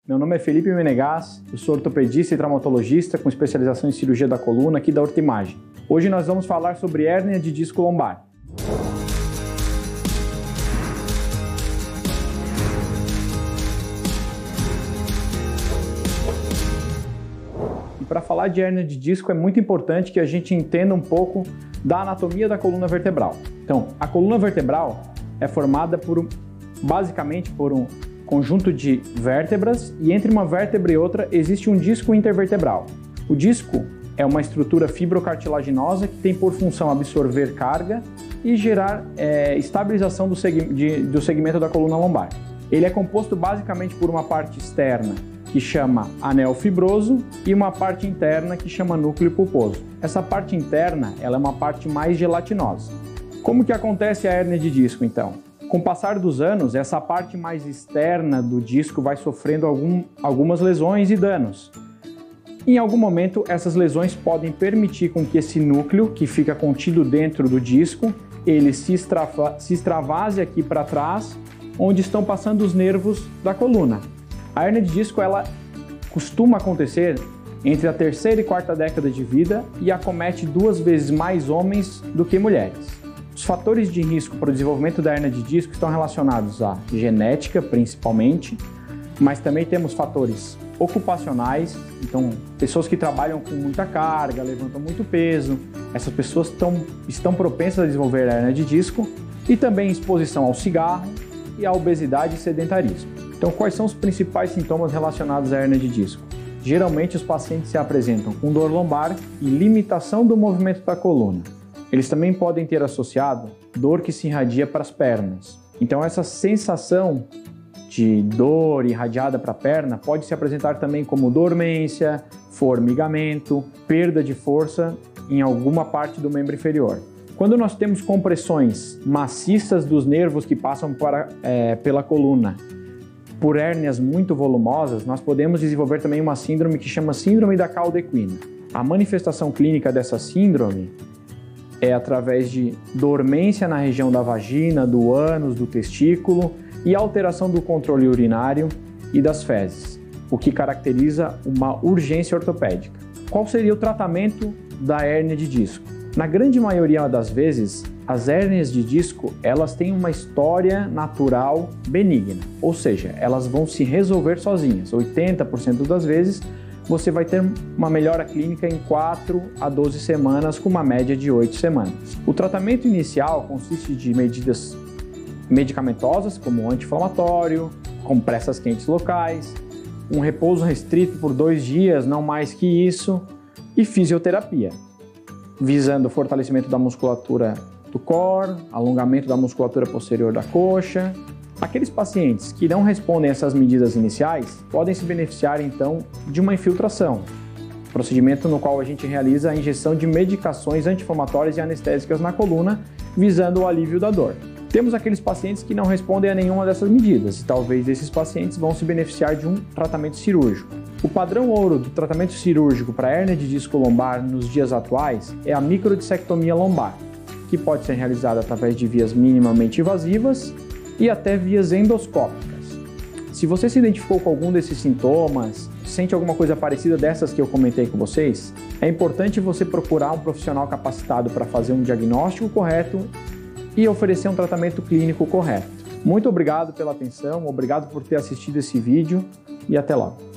meu nome é Felipe Menegas, eu sou ortopedista e traumatologista com especialização em cirurgia da coluna aqui da Ortimagem. Hoje nós vamos falar sobre hérnia de disco lombar. E para falar de hérnia de disco é muito importante que a gente entenda um pouco da anatomia da coluna vertebral. Então, a coluna vertebral é formada basicamente por um conjunto de vértebras e entre uma vértebra e outra existe um disco intervertebral. O disco é uma estrutura fibrocartilaginosa que tem por função absorver carga e gerar estabilização do segmento da coluna lombar. Ele é composto basicamente por uma parte externa que chama anel fibroso e uma parte interna que chama núcleo pulposo. Essa parte interna ela é uma parte mais gelatinosa. Como que acontece a hérnia de disco então? Com o passar dos anos, essa parte mais externa do disco vai sofrendo algumas lesões e danos. Em algum momento, essas lesões podem permitir com que esse núcleo, que fica contido dentro do disco, ele se extravase aqui para trás, onde estão passando os nervos da coluna. A hérnia de disco ela costuma acontecer entre a terceira e quarta década de vida e acomete 2 vezes mais homens do que mulheres. Os fatores de risco para o desenvolvimento da hérnia de disco estão relacionados à genética, principalmente, mas também temos fatores ocupacionais, então pessoas que trabalham com muita carga, levantam muito peso, essas pessoas estão propensas a desenvolver a hérnia de disco, e também exposição ao cigarro e à obesidade e sedentarismo. Então, quais são os principais sintomas relacionados à hérnia de disco? Geralmente os pacientes se apresentam com dor lombar e limitação do movimento da coluna. Eles também podem ter associado dor que se irradia para as pernas. Então essa sensação de dor irradiada para a perna pode se apresentar também como dormência, formigamento, perda de força em alguma parte do membro inferior. Quando nós temos compressões maciças dos nervos que passam pela coluna por hérnias muito volumosas, nós podemos desenvolver também uma síndrome que chama síndrome da cauda equina. A manifestação clínica dessa síndrome é através de dormência na região da vagina, do ânus, do testículo e alteração do controle urinário e das fezes, o que caracteriza uma urgência ortopédica. Qual seria o tratamento da hérnia de disco? Na grande maioria das vezes, as hérnias de disco elas têm uma história natural benigna, ou seja, elas vão se resolver sozinhas. 80% das vezes você vai ter uma melhora clínica em 4 a 12 semanas, com uma média de 8 semanas. O tratamento inicial consiste de medidas medicamentosas, como anti-inflamatório, compressas quentes locais, um repouso restrito por 2 dias, não mais que isso, e fisioterapia, visando o fortalecimento da musculatura do core, alongamento da musculatura posterior da coxa. Aqueles pacientes que não respondem a essas medidas iniciais podem se beneficiar então de uma infiltração, procedimento no qual a gente realiza a injeção de medicações anti-inflamatórias e anestésicas na coluna, visando o alívio da dor. Temos aqueles pacientes que não respondem a nenhuma dessas medidas e talvez esses pacientes vão se beneficiar de um tratamento cirúrgico. O padrão ouro do tratamento cirúrgico para hérnia de disco lombar nos dias atuais é a microdissectomia lombar, que pode ser realizada através de vias minimamente invasivas e até vias endoscópicas. Se você se identificou com algum desses sintomas, sente alguma coisa parecida dessas que eu comentei com vocês, é importante você procurar um profissional capacitado para fazer um diagnóstico correto e oferecer um tratamento clínico correto. Muito obrigado pela atenção, obrigado por ter assistido esse vídeo e até logo.